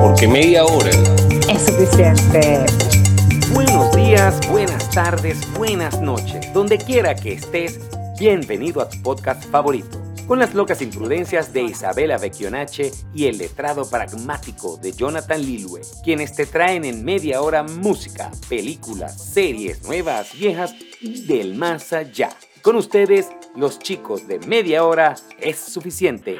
porque media hora es suficiente. Buenos días, buenas tardes, buenas noches. Donde quiera que estés, bienvenido a tu podcast favorito. Con las locas imprudencias de Isabela Vecchionache y el letrado pragmático de Jonathan Lilue, quienes te traen en media hora música, películas, series nuevas, viejas y del más allá. Con ustedes, los chicos de media hora es suficiente.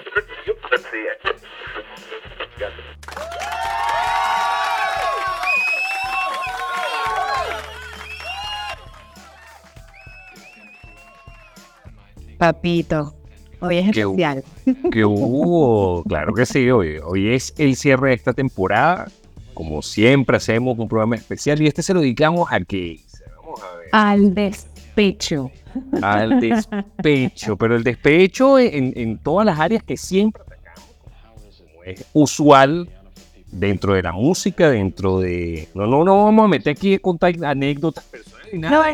Papito, hoy es ¿Qué especial. que hubo. Claro que sí, hoy es el cierre de esta temporada. Como siempre hacemos un programa especial y este se lo dedicamos a qué. Vamos a ver. Al despecho. Al despecho, pero el despecho en todas las áreas que siempre atacamos, como es usual dentro de la música, dentro de... No vamos a meter aquí a contar anécdotas personales ni nada.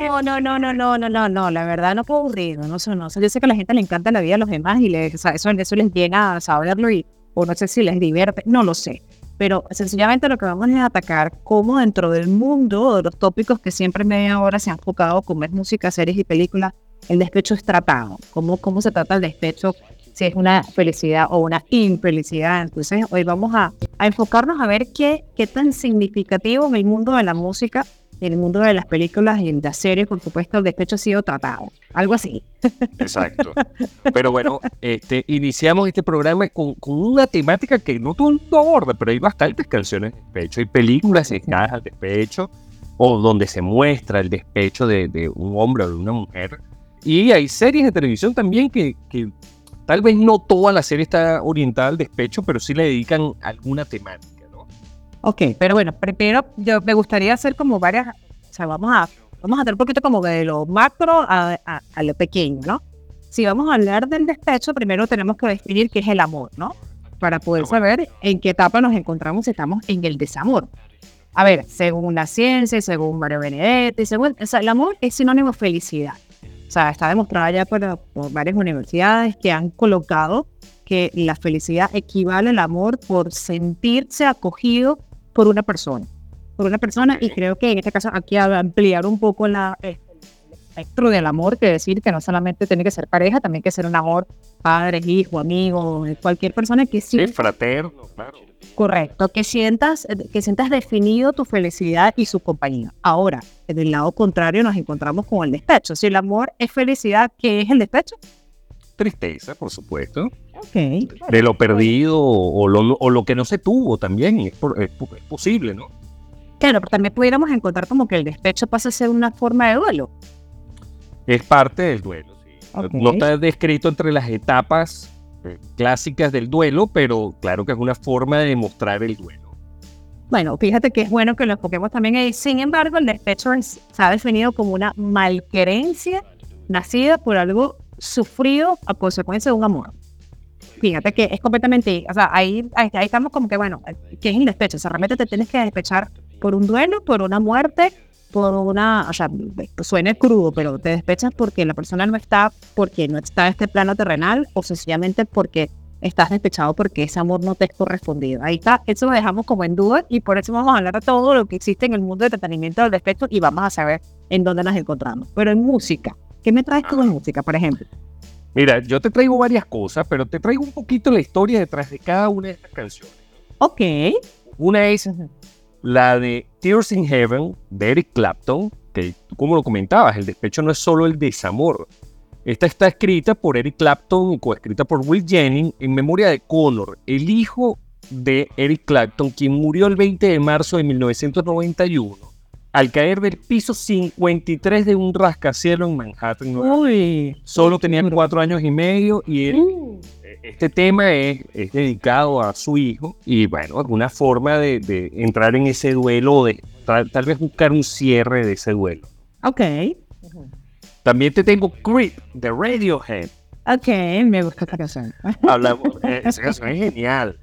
No, la verdad no puedo aburrido, no. Yo sé que a la gente le encanta la vida de los demás y o sea, eso les llena a saberlo o no sé si les divierte, no lo sé. Pero sencillamente lo que vamos es a atacar cómo dentro del mundo de los tópicos que siempre en media hora se han enfocado, como es música, series y películas, el despecho es tratado. Cómo se trata el despecho, si es una felicidad o una infelicidad. Entonces hoy vamos a enfocarnos a ver qué tan significativo en el mundo de la música, en el mundo de las películas y en las series, por supuesto, el despecho ha sido tratado. Algo así. Exacto. Pero bueno, iniciamos este programa con una temática que no todo el mundo aborda, pero hay bastantes canciones de despecho. Hay películas dedicadas al despecho o donde se muestra el despecho de un hombre o de una mujer. Y hay series de televisión también que tal vez no toda la serie está orientada al despecho, pero sí le dedican alguna temática, ¿no? Ok, pero bueno, primero me gustaría hacer como varias, o sea, vamos a hacer un poquito como de lo macro a lo pequeño, ¿no? Si vamos a hablar del despecho, primero tenemos que definir qué es el amor, ¿no? Para poder saber en qué etapa nos encontramos si estamos en el desamor. A ver, según la ciencia, según Mario Benedetti, o sea, el amor es sinónimo de felicidad. O sea, está demostrado ya por varias universidades que han colocado que la felicidad equivale al amor por sentirse acogido por una persona, y creo que en este caso aquí ampliar un poco el espectro del amor, que decir que no solamente tiene que ser pareja, también que ser un amor padre, hijo, amigo, cualquier persona que Sí, fraterno, claro. Correcto, que sientas definido tu felicidad y su compañía. Ahora, en el lado contrario nos encontramos con el despecho. Si el amor es felicidad, ¿qué es el despecho? Tristeza, por supuesto. Okay. De lo perdido o lo que no se tuvo también, es posible, ¿no? Claro, pero también pudiéramos encontrar como que el despecho pasa a ser una forma de duelo. Es parte del duelo, sí. Okay. No está descrito entre las etapas clásicas del duelo, pero claro que es una forma de demostrar el duelo. Bueno, fíjate que es bueno que lo enfoquemos también ahí. Sin embargo, el despecho se ha definido como una malquerencia nacida por algo sufrido a consecuencia de un amor. Fíjate que es completamente, o sea, ahí estamos como que, bueno, ¿qué es el despecho? O sea, realmente te tienes que despechar por un duelo, por una muerte, o sea, suena crudo, pero te despechas porque la persona no está en este plano terrenal, o sencillamente porque estás despechado porque ese amor no te es correspondido. Ahí está, eso lo dejamos como en duda y por eso vamos a hablar de todo lo que existe en el mundo del entretenimiento del despecho y vamos a saber en dónde nos encontramos. Pero en música, ¿qué me traes tú en música, por ejemplo? Mira, yo te traigo varias cosas, pero te traigo un poquito la historia detrás de cada una de estas canciones. Ok. Una es la de Tears in Heaven de Eric Clapton, que tú como lo comentabas, el despecho no es solo el desamor. Esta está escrita por Eric Clapton y coescrita por Will Jennings en memoria de Connor, el hijo de Eric Clapton, quien murió el 20 de marzo de 1991 al caer del piso 53 de un rascacielos en Manhattan. Uy. Solo tenía 4 años y medio y este tema es dedicado a su hijo y bueno, alguna forma de entrar en ese duelo, de tal vez buscar un cierre de ese duelo. Ok. También te tengo Creep de Radiohead. Ok, me gusta esta canción. Esa canción es genial.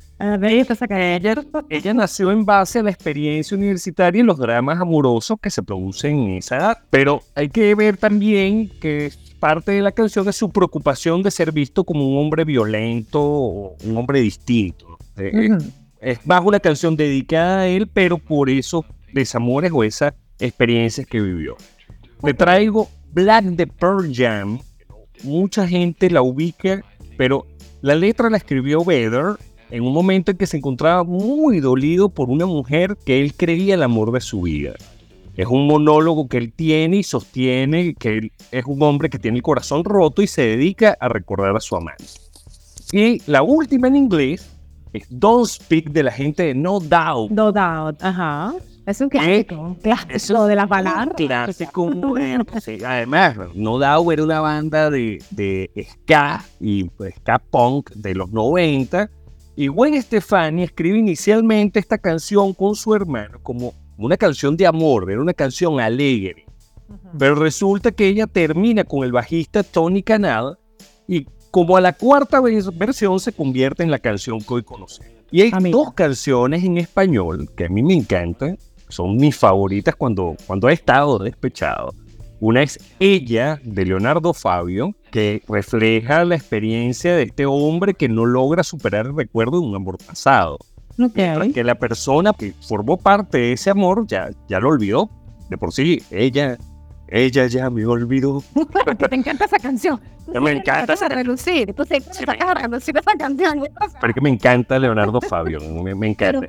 Ella Ella nació en base a la experiencia universitaria y los dramas amorosos que se producen en esa edad. Pero hay que ver también que parte de la canción es su preocupación de ser visto como un hombre violento o un hombre distinto. es más una canción dedicada a él, pero por esos desamores o esas experiencias que vivió. Te traigo Black de Pearl Jam. Mucha gente la ubica, pero la letra la escribió Vedder en un momento en que se encontraba muy dolido por una mujer que él creía el amor de su vida. Es un monólogo que él tiene y sostiene que él es un hombre que tiene el corazón roto y se dedica a recordar a su amante. Y la última en inglés es Don't Speak de la gente de No Doubt. No Doubt, ajá. Es un clásico, clásico de las baladas. Clásico. Sí, además, No Doubt era una banda de ska y ska punk de los 90. Y Gwen Stefani escribe inicialmente esta canción con su hermano como una canción de amor, era una canción alegre. Pero resulta que ella termina con el bajista Tony Kanal y como a la cuarta versión se convierte en la canción que hoy conocemos. Y hay dos canciones en español que a mí me encantan, son mis favoritas cuando he estado despechado. Una es Ella, de Leonardo Fabio, que refleja la experiencia de este hombre que no logra superar el recuerdo de un amor pasado. Okay. Que la persona que formó parte de ese amor ya lo olvidó. De por sí, ella ya me olvidó. Te encanta esa canción. Me encanta esa relucir. Tú siempre sacas a relucir esa canción. Pero que me encanta Leonardo Fabio. Me encanta.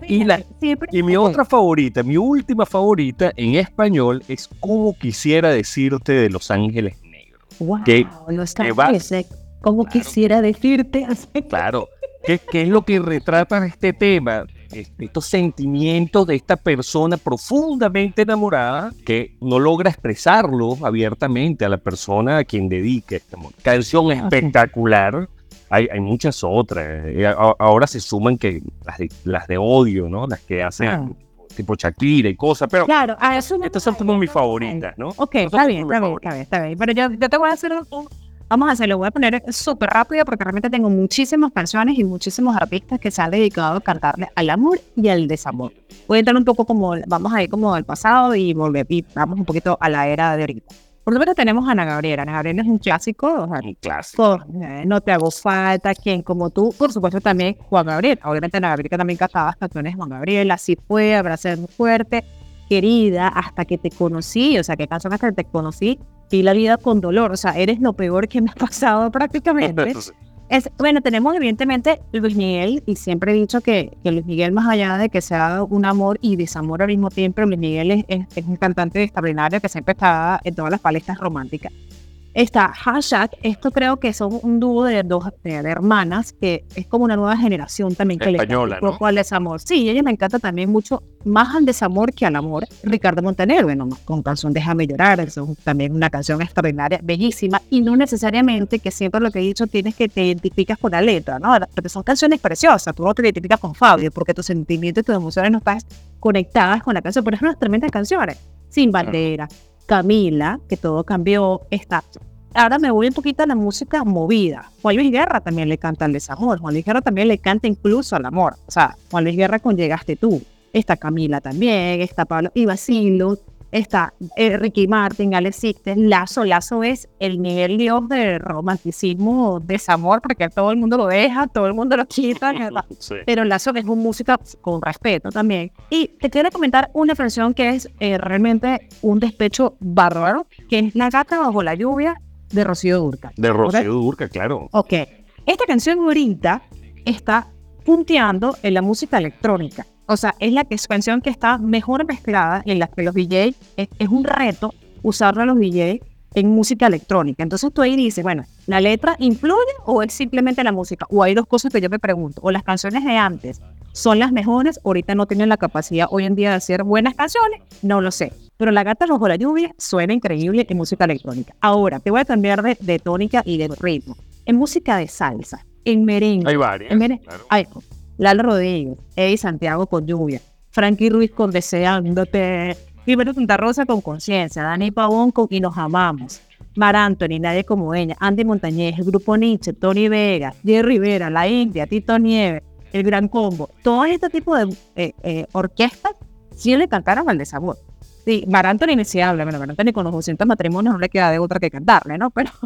Y mi otra favorita, mi última favorita en español es Cómo quisiera decirte de Los Ángeles Negros. Wow, Los Ángeles. Cómo quisiera decirte. Claro. ¿Qué es lo que retrata este tema? Estos sentimientos de esta persona profundamente enamorada que no logra expresarlo abiertamente a la persona a quien dedica esta canción espectacular. Hay muchas otras. Ahora se suman que las de odio, ¿no? Las que hacen tipo Shakira y cosas, pero claro, estas son como mis favoritas, ¿no? Ok, está bien. Pero yo te voy a hacer vamos a hacerlo, voy a poner súper rápido porque realmente tengo muchísimas canciones y muchísimos artistas que se han dedicado a cantarle al amor y al desamor. Voy a entrar un poco vamos a ir como al pasado y vamos un poquito a la era de ahorita. Por lo menos tenemos a Ana Gabriela. Ana Gabriela es un clásico. Un clásico. No te hago falta, quien como tú. Por supuesto también Juan Gabriel. Obviamente Ana Gabriela también cantaba canciones de Juan Gabriel. Así fue, Abrázame fuerte, Querida, Hasta que te conocí. O sea, qué canción Hasta que te conocí. Vi la vida con dolor, o sea, eres lo peor que me ha pasado prácticamente. Bueno, tenemos evidentemente Luis Miguel, y siempre he dicho que Luis Miguel, más allá de que sea un amor y desamor al mismo tiempo, Luis Miguel es un cantante extraordinario que siempre está en todas las palestras románticas. Está Hashtag, esto creo que son un dúo de hermanas, que es como una nueva generación también que española, le poco al desamor. Sí, a ella me encanta también mucho, más al desamor que al amor. Ricardo Montaner, bueno, con canción Déjame llorar, eso es también una canción extraordinaria, bellísima, y no necesariamente que siempre lo que he dicho tienes que te identificas con la letra, ¿no? Porque son canciones preciosas, tú no te identificas con Fabio, porque tus sentimientos y tus emociones no están conectadas con la canción, pero es unas tremendas canciones. Sin Bandera, Camila, que todo cambió, está. Ahora me voy un poquito a la música movida. Juan Luis Guerra también le canta al desamor. Juan Luis Guerra también le canta incluso al amor. O sea, Juan Luis Guerra con Llegaste tú. Está Camila también, está Pablo y Basilio, está Ricky Martin, Alex Sixten, Lazo. Lazo es el nivel Dios de romanticismo, desamor, porque todo el mundo lo deja, todo el mundo lo quita. Sí. Pero Lazo es una música con respeto también. Y te quiero comentar una canción que es realmente un despecho bárbaro, que es La gata bajo la lluvia, de Rocío Dúrcal. De Rocío Dúrcal, claro. Ok. Esta canción ahorita está punteando en la música electrónica. O sea, es canción que está mejor mezclada en la que los DJs, es un reto usarla a los DJs en música electrónica. Entonces tú ahí dices, bueno, ¿la letra influye o es simplemente la música? O hay dos cosas que yo me pregunto. O las canciones de antes son las mejores, ahorita no tienen la capacidad hoy en día de hacer buenas canciones, no lo sé. Pero La gata bajo la lluvia suena increíble en música electrónica. Ahora, te voy a cambiar de tónica y de ritmo. En música de salsa, en merengue. Hay varias, claro. Hay Lalo Rodríguez, Eddie Santiago con Lluvia, Frankie Ruiz con Deseándote, Gilberto Santa Rosa con Conciencia, Dani Pavón con Y nos amamos, Mar Anthony, Nadie como ella, Andy Montañez, el Grupo Nietzsche, Tony Vega, Jerry Rivera, La India, Tito Nieves, El Gran Combo. Todo este tipo de orquestas sí le cantaron al desamor. Sí, Mar Anthony ni se habla, bueno, Mar Anthony con los 200 matrimonios no le queda de otra que cantarle, ¿no? Pero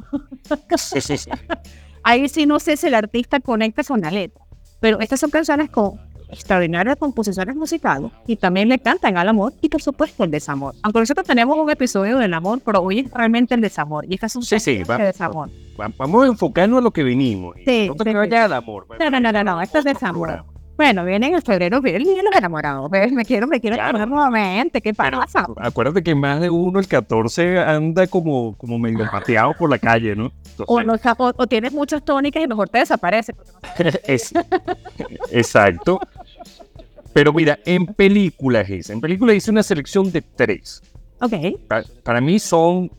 sí. Ahí sí no sé si el artista conecta con la letra. Pero estas son canciones con extraordinarias composiciones musicales y también le cantan al amor y por supuesto el desamor. Aunque nosotros tenemos un episodio del amor, pero hoy es realmente el desamor y estas son de desamor. Vamos a enfocarnos en lo que vinimos. Sí, no te vayas al amor. No, esto es desamor. Bueno, vienen en febrero, vienen los enamorados. ¿Ves? Me quiero enamorar nuevamente. ¿Qué pasa? Pero acuérdate que más de uno, el 14, anda como medio pateado por la calle, ¿no? Entonces, O tienes muchas tónicas y mejor te desaparece. Exacto. Pero mira, en películas hice una selección de 3. Ok. Para mí son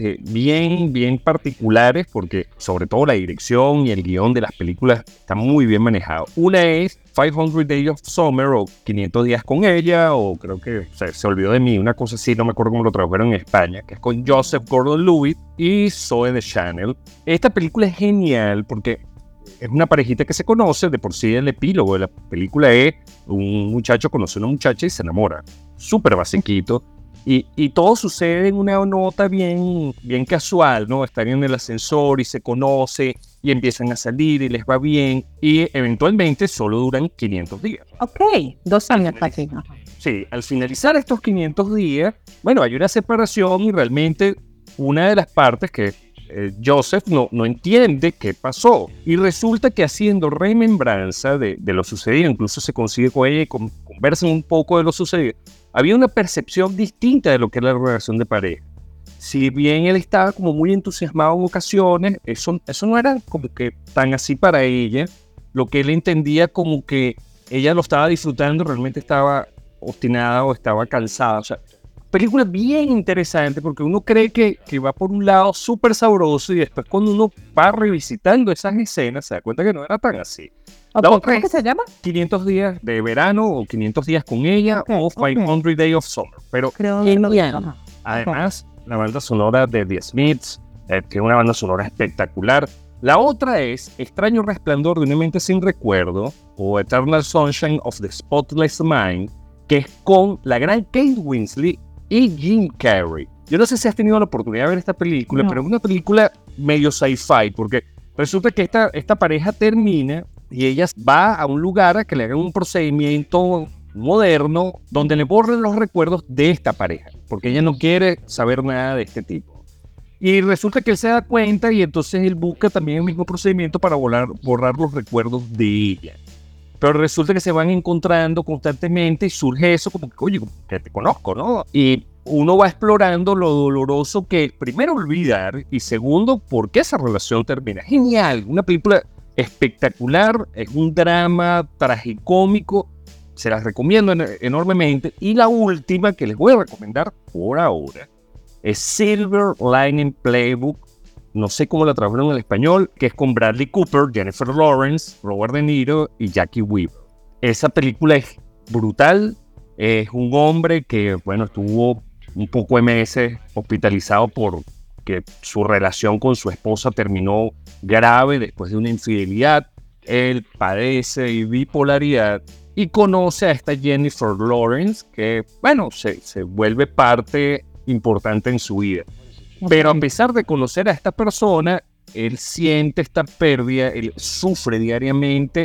bien particulares porque sobre todo la dirección y el guión de las películas está muy bien manejado. Una es 500 Days of Summer o 500 días con ella, o creo que se olvidó de mí, una cosa así, no me acuerdo cómo lo tradujeron en España, que es con Joseph Gordon-Levitt y Zoe Deschanel. Esta película es genial porque es una parejita que se conoce, de por sí el epílogo de la película es un muchacho conoce a una muchacha y se enamora. Súper basiquito. Y todo sucede en una nota bien casual, ¿no? Están en el ascensor y se conoce y empiezan a salir y les va bien y eventualmente solo duran 500 días. Ok, 2 años aquí. Sí, al finalizar estos 500 días, bueno, hay una separación y realmente una de las partes que Joseph no entiende qué pasó. Y resulta que haciendo remembranza de lo sucedido, incluso se consigue con ella y conversan un poco de lo sucedido, había una percepción distinta de lo que era la relación de pareja. Si bien él estaba como muy entusiasmado en ocasiones, eso no era como que tan así para ella. Lo que él entendía como que ella lo estaba disfrutando, realmente estaba obstinada o estaba cansada. O sea, película bien interesante porque uno cree que va por un lado súper sabroso y después cuando uno va revisitando esas escenas se da cuenta que no era tan así. ¿Cómo que se llama? 500 días de verano o 500 días con ella o 500 Days of Summer. Pero genial. Además, la banda sonora de The Smiths, que es una banda sonora espectacular. La otra es Extraño Resplandor de una mente sin recuerdo o Eternal Sunshine of the Spotless Mind, que es con la gran Kate Winslet y Jim Carrey. Yo no sé si has tenido la oportunidad de ver esta película, pero es una película medio sci-fi, porque resulta que esta pareja termina y ella va a un lugar a que le hagan un procedimiento moderno donde le borren los recuerdos de esta pareja, porque ella no quiere saber nada de este tipo. Y resulta que él se da cuenta y entonces él busca también el mismo procedimiento para borrar los recuerdos de ella. Pero resulta que se van encontrando constantemente y surge eso como que, oye, que te conozco, ¿no? Y uno va explorando lo doloroso que es, primero, olvidar y segundo, por qué esa relación termina. Genial, una película espectacular, es un drama tragicómico, se las recomiendo enormemente. Y la última que les voy a recomendar por ahora es Silver Lining Playbook, no sé cómo la tradujeron en el español, que es con Bradley Cooper, Jennifer Lawrence, Robert De Niro y Jackie Weaver. Esa película es brutal, es un hombre que, bueno, estuvo un poco de meses hospitalizado porque su relación con su esposa terminó grave después de una infidelidad. Él padece de bipolaridad y conoce a esta Jennifer Lawrence que, bueno, se vuelve parte importante en su vida. Pero a pesar de conocer a esta persona, él siente esta pérdida, él sufre diariamente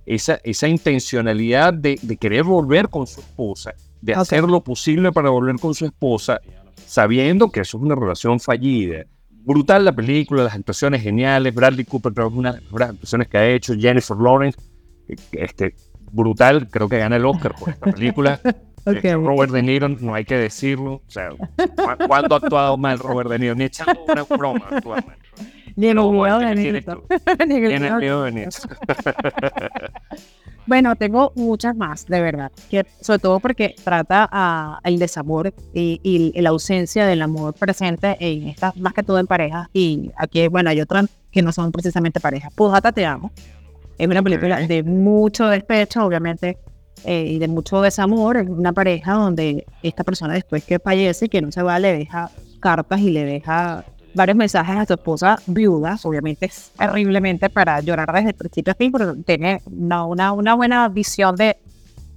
esa intencionalidad de querer volver con su esposa, de hacer lo posible para volver con su esposa, sabiendo que eso es una relación fallida. Brutal la película, las actuaciones geniales, Bradley Cooper creo que es una de las mejores actuaciones que ha hecho, Jennifer Lawrence, brutal, creo que gana el Oscar por esta película. Robert De Niro, no hay que decirlo, o sea, ¿cuándo ha actuado mal Robert De Niro? Ni echando una broma actúa mal. Ni en el video de Niro. Bueno, tengo muchas más, de verdad, sobre todo porque trata el desamor y la ausencia del amor presente en estas, más que todo en parejas. Y aquí, bueno, hay otras que no son precisamente parejas. Postdata Te Amo es una película de mucho despecho, obviamente, y de mucho desamor. Es una pareja donde esta persona, después que fallece, que no se va, le deja cartas y le deja varios mensajes a su esposa viuda. Obviamente es terriblemente para llorar desde el principio a fin, pero tiene una buena visión de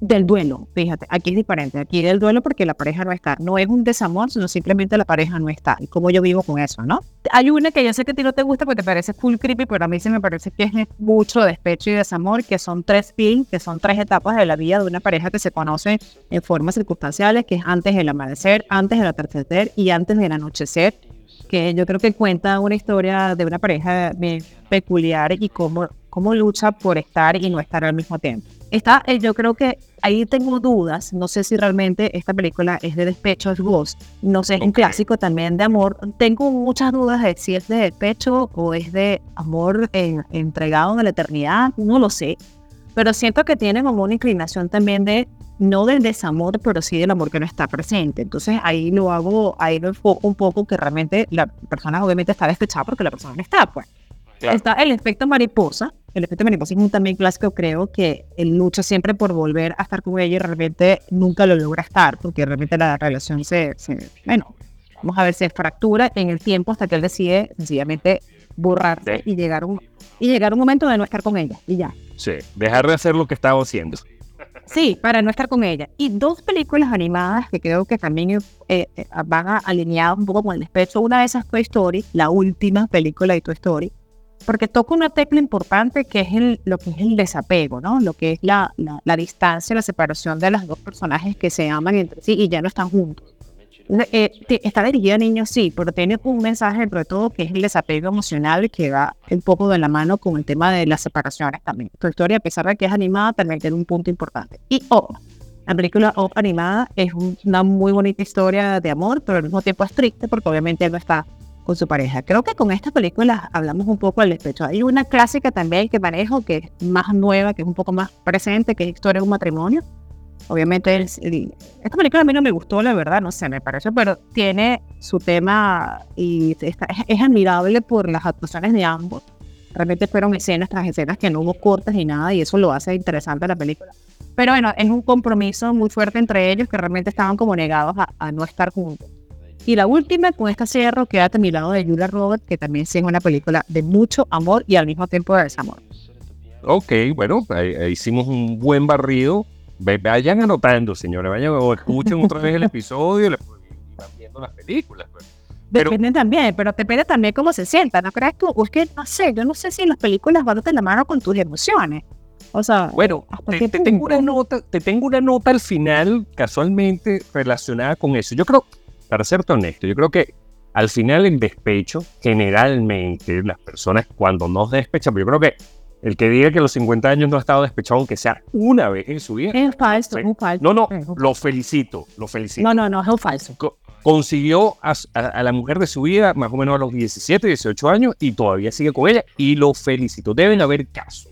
del duelo, fíjate, aquí es diferente, aquí del duelo porque la pareja no está, no es un desamor, sino simplemente la pareja no está, y cómo yo vivo con eso, ¿no? Hay una que yo sé que a ti no te gusta porque te parece full creepy, pero a mí sí me parece que es mucho despecho y desamor, que son 3 films, que son 3 etapas de la vida de una pareja que se conoce en formas circunstanciales, que es antes del amanecer, antes del atardecer y antes del anochecer, que yo creo que cuenta una historia de una pareja bien peculiar y cómo lucha por estar y no estar al mismo tiempo. Yo creo que ahí tengo dudas, no sé si realmente esta película es de despecho, es Ghost, no sé, es un clásico también de amor, tengo muchas dudas de si es de despecho o es de amor entregado a la eternidad, no lo sé, pero siento que tiene como una inclinación también de, no del desamor, pero sí del amor que no está presente, entonces ahí lo enfoco un poco que realmente la persona obviamente está despechada porque la persona no está, pues. Claro. Está el efecto mariposa. El efecto mariposa es un también clásico, creo que él lucha siempre por volver a estar con ella y realmente nunca lo logra estar, porque realmente la relación bueno, vamos a ver, se fractura en el tiempo hasta que él decide sencillamente borrarse y llegar a un momento de no estar con ella, y ya. Sí, dejar de hacer lo que estaba haciendo. Sí, para no estar con ella. Y 2 películas animadas que creo que también van alineadas un poco con el despecho. Una de esas, Toy Story, la última película de Toy Story, porque toca una tecla importante que es lo que es el desapego, ¿no? Lo que es la distancia, la separación de los 2 personajes que se aman entre sí y ya no están juntos. Está dirigida a niños, sí, pero tiene un mensaje dentro de todo que es el desapego emocional que va un poco de la mano con el tema de las separaciones también. Tu historia, a pesar de que es animada, también tiene un punto importante. Y la película Up animada es una muy bonita historia de amor, pero al mismo tiempo es triste porque obviamente él no está con su pareja. Creo que con esta película hablamos un poco del despecho. Hay una clásica también que manejo, que es más nueva, que es un poco más presente, que es Historia de un matrimonio. Obviamente esta película a mí no me gustó, la verdad, no sé, me parece, pero tiene su tema y es admirable por las actuaciones de ambos. Realmente fueron escenas tras escenas que no hubo cortes ni nada y eso lo hace interesante la película. Pero bueno, es un compromiso muy fuerte entre ellos que realmente estaban como negados a no estar juntos. Y la última, con esta cierro, quédate a mi lado, de Julia Roberts, que también sí es una película de mucho amor y al mismo tiempo de desamor. Ok, bueno, hicimos un buen barrido. Vayan anotando, señores, vayan o escuchen otra vez el episodio y van viendo las películas. Depende también, pero depende también cómo se sienta, ¿no crees tú? Es que, no sé, yo no sé si las películas van de la mano con tus emociones. O sea, bueno, te tengo una nota al final, casualmente, relacionada con eso. Yo creo, para serte honesto, yo creo que al final el despecho, generalmente las personas cuando nos despechan, yo creo que el que diga que a los 50 años no ha estado despechado, aunque sea una vez en su vida. Es falso, es falso. No, lo felicito. No, es falso. Consiguió a la mujer de su vida más o menos a los 17, 18 años y todavía sigue con ella y lo felicito. Deben haber casos.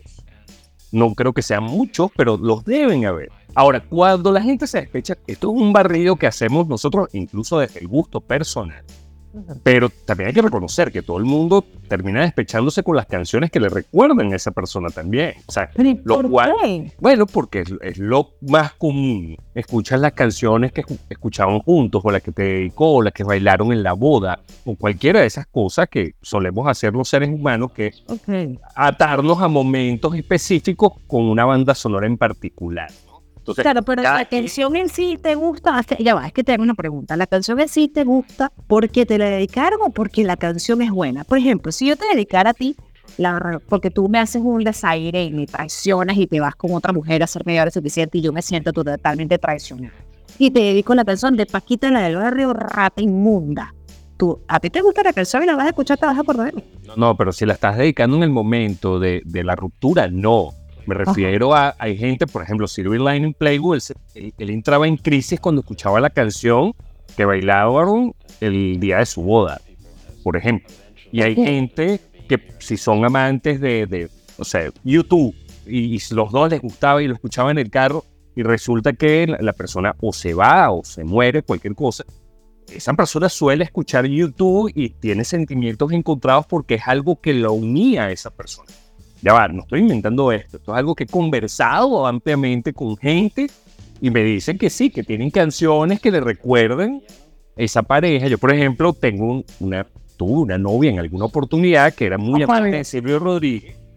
No creo que sean muchos, pero los deben haber. Ahora, cuando la gente se despecha, esto es un barrido que hacemos nosotros, incluso desde el gusto personal. Pero también hay que reconocer que todo el mundo termina despechándose con las canciones que le recuerdan a esa persona también. O sea, ¿Pero por qué? Bueno, porque es lo más común. Escuchas las canciones que escuchaban juntos, o las que te dedicó, o las que bailaron en la boda, o cualquiera de esas cosas que solemos hacer los seres humanos, que es atarnos a momentos específicos con una banda sonora en particular. Entonces, claro, pero la canción en sí te gusta, ya va, es que te hago una pregunta, ¿la canción en sí te gusta porque te la dedicaron o porque la canción es buena? Por ejemplo, si yo te dedicara a ti, porque tú me haces un desaire y me traicionas y te vas con otra mujer a ser media hora suficiente y yo me siento totalmente traicionada, y te dedico la canción de Paquita, la del barrio, Rata Inmunda, ¿a ti te gusta la canción y la vas a escuchar, te vas a acordar de mí? No, pero si la estás dedicando en el momento de la ruptura, no. Me refiero a, hay gente, por ejemplo, Silver Lining Playboy, él entraba en crisis cuando escuchaba la canción que bailaban el día de su boda, por ejemplo. Y hay gente que si son amantes de o sea, YouTube, y los dos les gustaba y lo escuchaban en el carro, y resulta que la persona o se va o se muere, cualquier cosa, esa persona suele escuchar YouTube y tiene sentimientos encontrados porque es algo que lo unía a esa persona. Ya va, no estoy inventando esto es algo que he conversado ampliamente con gente y me dicen que sí, que tienen canciones que le recuerden esa pareja. Yo, por ejemplo, tuve una novia en alguna oportunidad que era muy amante de Silvio Rodríguez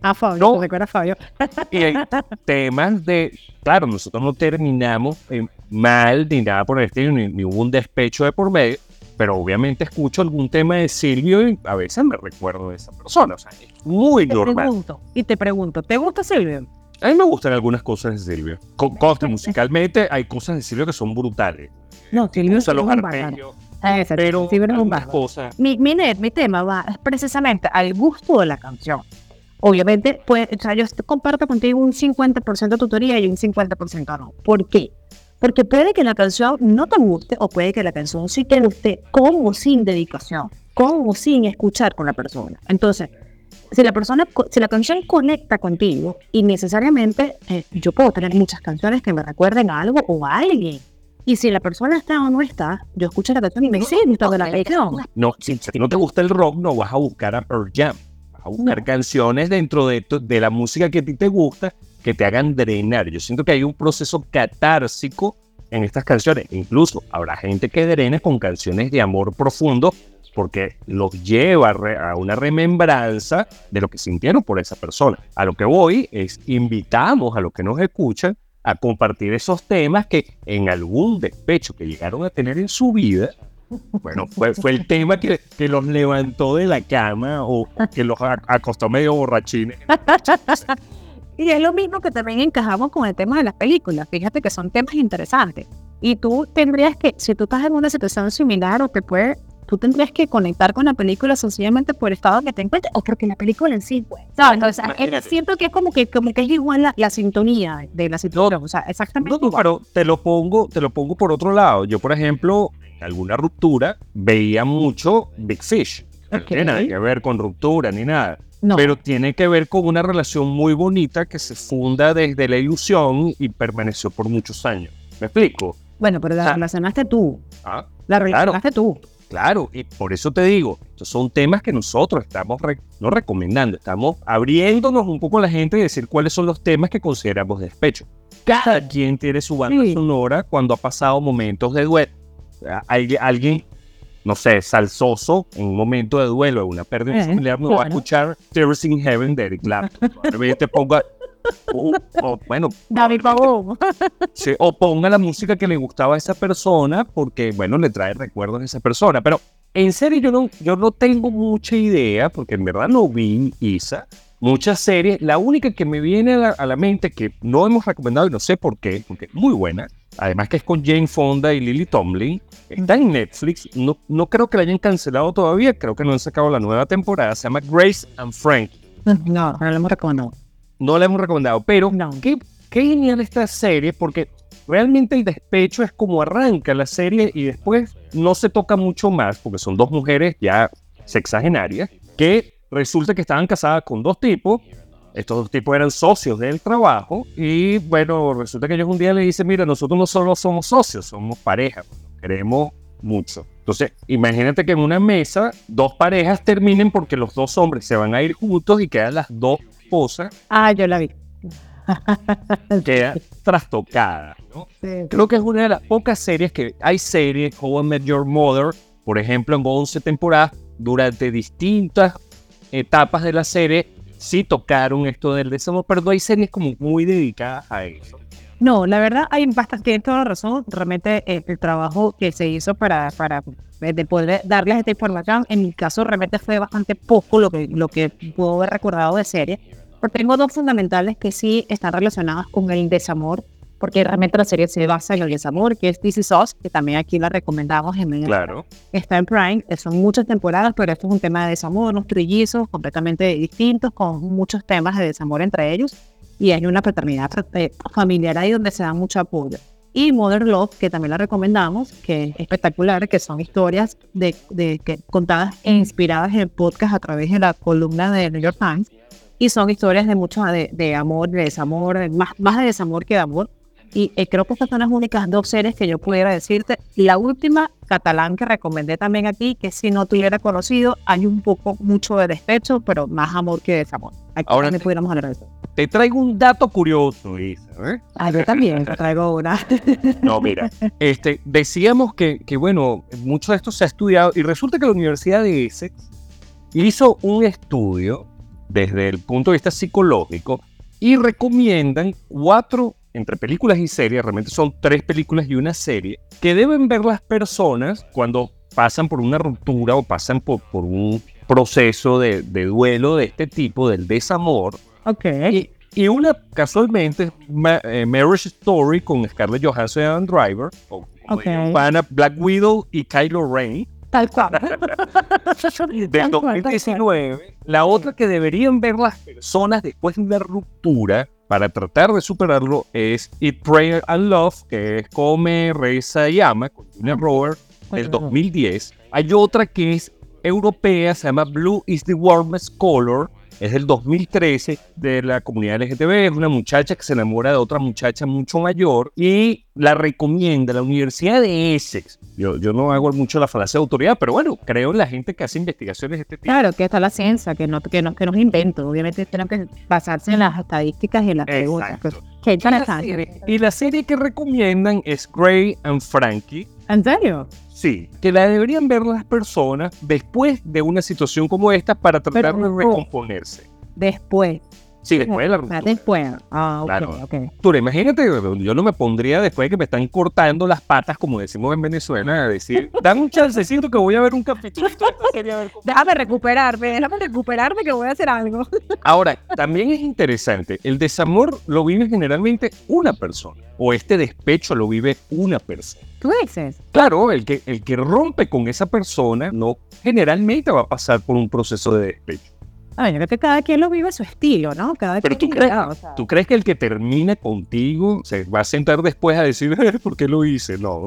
Ah, Fabio, No. ¿te recuerdas, Fabio? Y hay temas de, claro, nosotros no terminamos mal ni nada por el estilo, ni hubo un despecho de por medio, pero obviamente escucho algún tema de Silvio y a veces me recuerdo de esa persona, o sea, es muy normal. Te pregunto, ¿te gusta Silvio? A mí me gustan algunas cosas de Silvio. Conste, musicalmente hay cosas de Silvio que son brutales. No, Silvio O sea, es los un bárbaro. arpegios, Exacto, pero Silvio es un algunas bárbaro. cosas... Mi tema va precisamente al gusto de la canción. Obviamente, pues, o sea, yo comparto contigo un 50% de tu teoría y un 50% no. ¿Por qué? Porque puede que la canción no te guste o puede que la canción sí te guste con o sin dedicación, con o sin escuchar con la persona. Entonces, si la canción conecta contigo y necesariamente yo puedo tener muchas canciones que me recuerden a algo o a alguien. Y si la persona está o no está, yo escucho la canción y me sigue gustando la canción. No, si a ti no te gusta el rock, no vas a buscar a Pearl Jam. Vas a buscar canciones dentro de la música que a ti te gusta que te hagan drenar. Yo siento que hay un proceso catársico en estas canciones. Incluso habrá gente que drena con canciones de amor profundo porque los lleva a una remembranza de lo que sintieron por esa persona. A lo que voy es, invitamos a los que nos escuchan a compartir esos temas que en algún despecho que llegaron a tener en su vida, bueno, fue el tema que los levantó de la cama o que los acostó medio borrachines. Y es lo mismo que también encajamos con el tema de las películas. Fíjate que son temas interesantes. Y tú tendrías que, si tú estás en una situación similar o tú tendrías que conectar con la película sencillamente por el estado que te encuentres o porque la película en sí, pues. ¿Sabes? Entonces, siento que es como que es igual la sintonía de la situación. O sea, exactamente. No, pero te lo pongo por otro lado. Yo, por ejemplo, en alguna ruptura veía mucho Big Fish. No tiene nada que ver con ruptura ni nada. No. Pero tiene que ver con una relación muy bonita que se funda desde la ilusión y permaneció por muchos años. ¿Me explico? Bueno, pero la relacionaste tú. La relacionaste tú. Claro, y por eso te digo, estos son temas que nosotros estamos no recomendando, estamos abriéndonos un poco a la gente y decir cuáles son los temas que consideramos despecho. Cada quien tiene su banda sonora cuando ha pasado momentos de duelo. Alguien, no sé, salsoso en un momento de duelo, en una pérdida familiar, no va a escuchar Tears in Heaven de Eric Clapton. Te ponga... bueno, David Pavón. Sí, o ponga la música que le gustaba a esa persona porque, bueno, le trae recuerdos de esa persona. Pero en serio, yo no tengo mucha idea, porque en verdad no vi muchas series. La única que me viene a la mente, que no hemos recomendado y no sé por qué, porque es muy buena, además que es con Jane Fonda y Lily Tomlin, está en Netflix. No creo que la hayan cancelado todavía, creo que no han sacado la nueva temporada. Se llama Grace and Frank. No la hemos recomendado. No la hemos recomendado, pero No. qué genial esta serie, porque realmente el despecho es como arranca la serie y después no se toca mucho más, porque son dos mujeres ya sexagenarias, que resulta que estaban casadas con dos tipos. Estos dos tipos eran socios del trabajo y bueno, resulta que ellos un día le dicen, mira, nosotros no solo somos socios, somos pareja, nos queremos mucho. Entonces, imagínate que en una mesa dos parejas terminen porque los dos hombres se van a ir juntos y quedan las dos esposas. Yo la vi. Queda trastocada, ¿no? Sí. Creo que es una de las pocas series que hay series, How I Met Your Mother, por ejemplo, en 11 temporadas, durante distintas etapas de la serie, sí tocaron esto del desamor, pero no hay series como muy dedicadas a eso. No, la verdad hay bastante, tienes toda la razón. Realmente el trabajo que se hizo para de poder darles esta información, en mi caso realmente fue bastante poco lo que puedo haber recordado de serie. Pero tengo dos fundamentales que sí están relacionadas con el desamor, porque realmente la serie se basa en el desamor, que es This Is Us, que también aquí la recomendamos Claro. Está en Prime, son muchas temporadas, pero esto es un tema de desamor, unos trillizos completamente distintos, con muchos temas de desamor entre ellos. Y hay una paternidad familiar ahí donde se da mucho apoyo. Y Modern Love, que también la recomendamos, que es espectacular, que son historias que contadas e inspiradas en podcast a través de la columna de New York Times. Y son historias de mucho de amor, de desamor, más de desamor que de amor. Y creo que estas son las únicas dos series que yo pudiera decirte. La última, Catalán, que recomendé también aquí, que si no te hubiera conocido, hay mucho de despecho, pero más amor que desamor. Aquí Ahora también pudiéramos hablar de eso. Te traigo un dato curioso, Isa, ¿eh? Yo también te traigo una. No, mira, decíamos que, bueno, mucho de esto se ha estudiado y resulta que la Universidad de Essex hizo un estudio desde el punto de vista psicológico y recomiendan 4, entre películas y series, realmente son 3 películas y una serie, que deben ver las personas cuando pasan por una ruptura o pasan por un proceso de duelo de este tipo, del desamor. Ok. Y una, casualmente, Marriage Story con Scarlett Johansson y Adam Driver, o Black Widow y Kylo Ren, Tal cual. del 2019. La otra que deberían ver las personas después de una ruptura para tratar de superarlo es Eat, Pray and Love, que es Come, Reza y Ama, con Julia Roberts, del 2010. Hay otra que es europea, se llama Blue is the Warmest Color, es del 2013, de la comunidad LGTB. Es una muchacha que se enamora de otra muchacha mucho mayor y la recomienda la Universidad de Essex. Yo no hago mucho la falacia de autoridad, pero bueno, creo en la gente que hace investigaciones de este tipo. Claro, que está la ciencia, que no es invento. Obviamente tienen que basarse en las estadísticas y en las preguntas. Pues, qué interesante. Y la serie que recomiendan es Grace and Frankie. ¿En serio? Sí, que la deberían ver las personas después de una situación como esta para tratar de recomponerse. Después. Sí, después de la ruptura. Después. Ah, ok, claro. ok. Tú, imagínate, yo no me pondría después de que me están cortando las patas, como decimos en Venezuela, a decir, dame un chancecito que voy a ver un capítulo de esta serie a ver cómo... Déjame recuperarme que voy a hacer algo. Ahora, también es interesante, el desamor lo vive generalmente una persona, o este despecho lo vive una persona. ¿Tú dices? Claro, el que rompe con esa persona no generalmente va a pasar por un proceso de despecho. Yo creo que cada quien lo vive a su estilo, ¿no? Pero ¿tú crees que el que termina contigo se va a sentar después a decir, ¿por qué lo hice? No,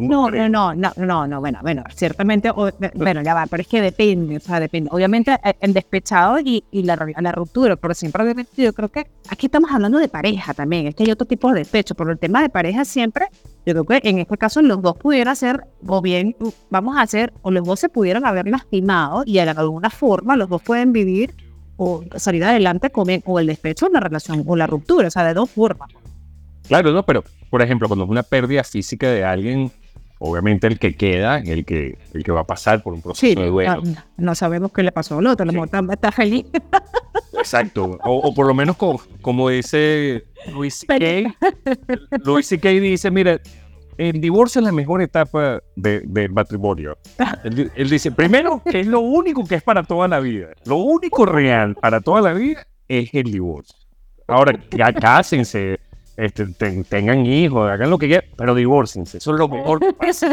bueno, ciertamente, bueno, ya va, pero es que depende, depende. Obviamente el despechado y la ruptura, pero siempre obviamente yo creo que aquí estamos hablando de pareja también, es que hay otro tipo de despecho, pero el tema de pareja siempre, yo creo que en este caso los dos pudieran ser, o bien, o los dos se pudieran haber lastimado y de alguna forma los dos pueden vivir o salir adelante con o el despecho o la relación o la ruptura, de dos formas. Claro, no, pero por ejemplo, cuando es una pérdida física de alguien, obviamente el que queda, el que va a pasar por un proceso de duelo. No sabemos qué le pasó al otro, a lo mejor está feliz. Exacto, o por lo menos como dice Louis C.K. Louis C.K. dice, mira, el divorcio es la mejor etapa del matrimonio. Él dice, primero, que es lo único que es para toda la vida. Lo único real para toda la vida es el divorcio. Ahora, cásense, tengan hijos, hagan lo que quieran, pero divórciense. Eso es lo mejor que pasa.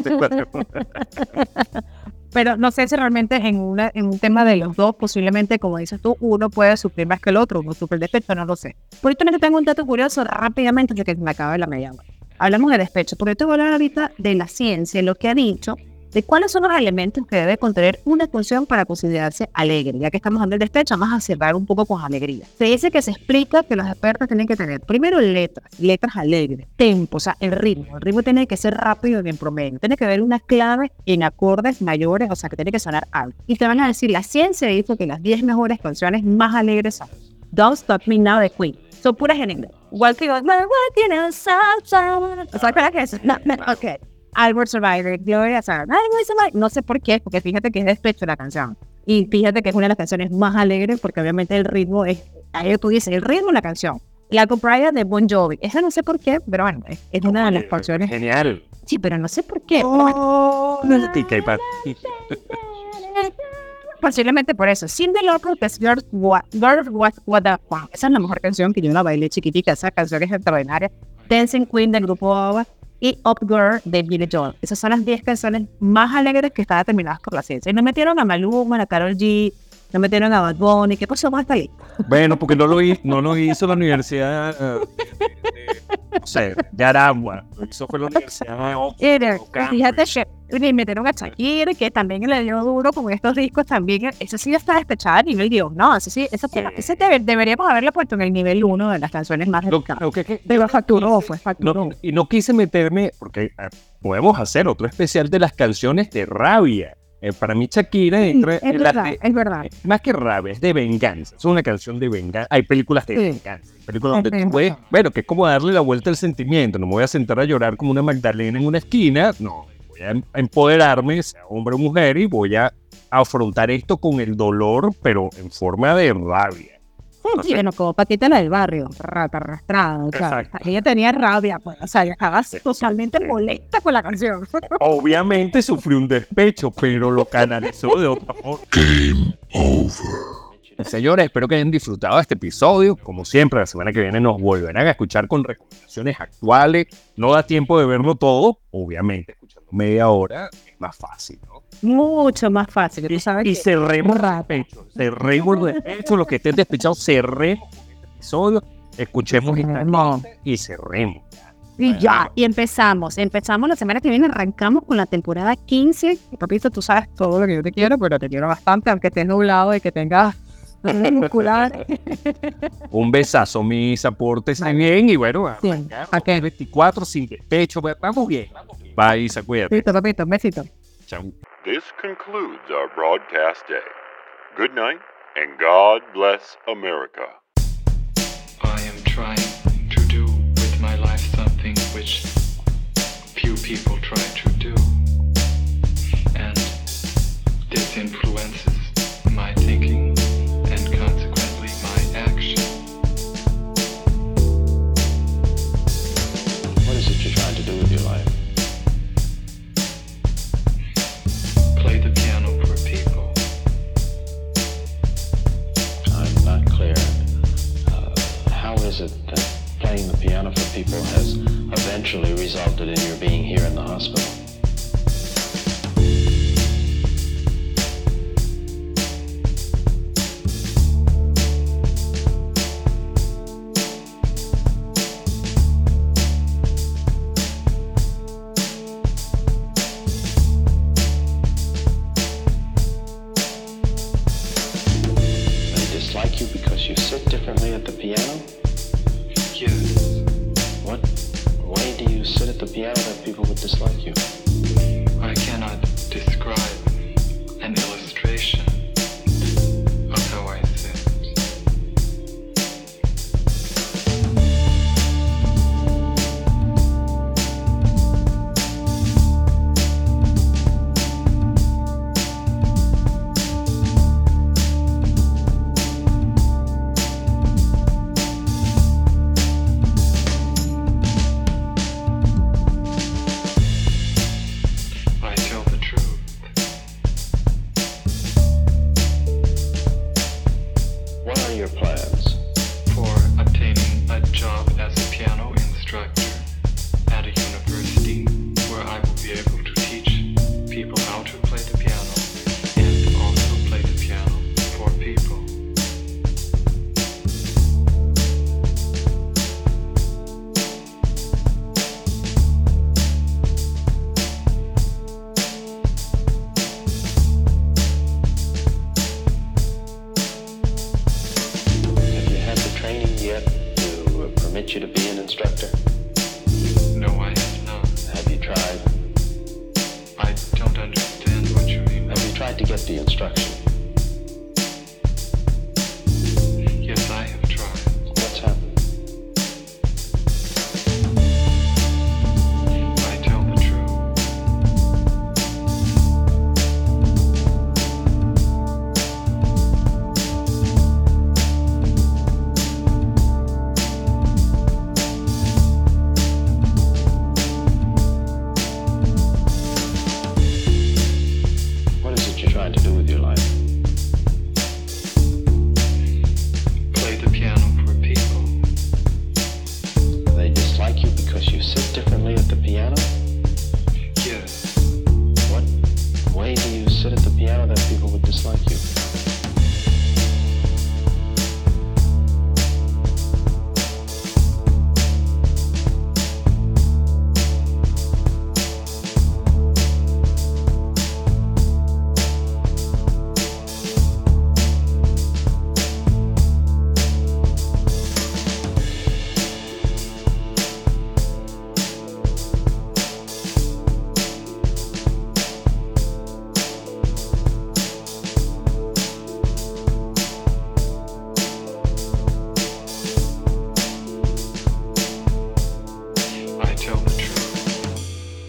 Pero no sé si realmente en un tema de los dos, posiblemente, como dices tú, uno puede sufrir más que el otro, uno sufre el despecho, no lo sé. Por esto tengo un dato curioso rápidamente, que me acaba de la media hora. Hablamos de despecho, porque te voy a hablar ahorita de la ciencia, lo que ha dicho, de cuáles son los elementos que debe contener una canción para considerarse alegre. Ya que estamos hablando del despecho, vamos a cerrar un poco con alegría. Se dice que se explica que los expertos tienen que tener, primero, letras alegres, tempo, el ritmo tiene que ser rápido y en promedio, tiene que haber una clave en acordes mayores, que tiene que sonar alto. Y te van a decir, la ciencia dice que las 10 mejores canciones más alegres son Don't Stop Me Now de Queen. Son puras en inglés. Walking on my walking on sunshine. ¿Sabes qué es eso? No, ok. Albert Survivor, Gloria Sara. No sé por qué, porque fíjate que es despecho la canción. Y fíjate que es una de las canciones más alegres, porque obviamente el ritmo es, ahí tú dices, el ritmo de la canción. La Pride de Bon Jovi. Esa no sé por qué, pero bueno, es una de las canciones. Genial. Sí, pero no sé por qué. Posiblemente por eso. Cindy Lauper, que es Girls What the Fuck. Esa es la mejor canción que yo la bailé chiquitica. Esa canción es extraordinaria. Dancing Queen del grupo ABBA y Up Girl de Billy Joel. Esas son las 10 canciones más alegres que están determinadas por la ciencia. Y no metieron a Maluma, a Karol G, no metieron a Bad Bunny. ¿Qué pasó con esta lista? Bueno, porque no lo hizo la universidad de Aragua. Eso fue la universidad de Oxford. Fíjate que metieron a Shakira, que también le dio duro con estos discos también. Esa sí ya está despechada a nivel Dios. No, ese deberíamos haberla puesto en el nivel 1 de las canciones más destacadas. Pero facturó. Y no quise meterme, porque podemos hacer otro especial de las canciones de rabia. Para mí Shakira entra es verdad. Más que rabia, es de venganza. Es una canción de venganza. Hay películas de venganza. Películas donde tú puedes, que es como darle la vuelta al sentimiento. No me voy a sentar a llorar como una Magdalena en una esquina. No, voy a empoderarme, sea hombre o mujer, y voy a afrontar esto con el dolor, pero en forma de rabia. Y bueno, como Paquita la del barrio, rata arrastrada. O sea, Exacto. ella tenía rabia, pues, o sea, ella estaba totalmente molesta con la canción. Obviamente sufrió un despecho, pero lo canalizó de otra forma. Señores, espero que hayan disfrutado de este episodio. Como siempre, la semana que viene nos volverán a escuchar con recomendaciones actuales. No da tiempo de verlo todo. Obviamente, escuchando media hora es más fácil, ¿no? Mucho más fácil. Tú sabes Y que cerremos los despechos. Cerremos los despechos. Los que estén despechados, cerremos este episodio. Escuchemos esta Cerremos. lista y cerremos. y ya, y empezamos la semana que viene, arrancamos con la temporada 15. Papito, tú sabes todo lo que yo te quiero, pero te quiero bastante, aunque estés nublado y que tengas muscular. Un besazo, mis aportes bien. Y bueno, Sí, ¿a qué? 24 sin despecho. Vamos bien. Bye, Isa, cuídate. Listo, papito, un besito. Chao. This concludes our broadcast day. Good night, and God bless America. I am trying to do with my life something which few people try to do. And this influences my thinking and consequently my action. What is it you're trying to do with your life? Play the piano for people. I'm not clear. How is it that playing the piano for people has eventually resulted in your being here in the hospital? They dislike you because you sit differently at the piano? Yes, What way do you sit at the piano that people would dislike you? I cannot describe an illustration of how I sit. I tell the truth. What are your plans? For obtaining a job as a piano instructor at a university where I will be able to teach people how to play the piano and also play the piano for people. Have you had the training yet to permit you to be an instructor? No, I have not. Have you tried? I don't understand what you mean. Have you tried to get the instruction?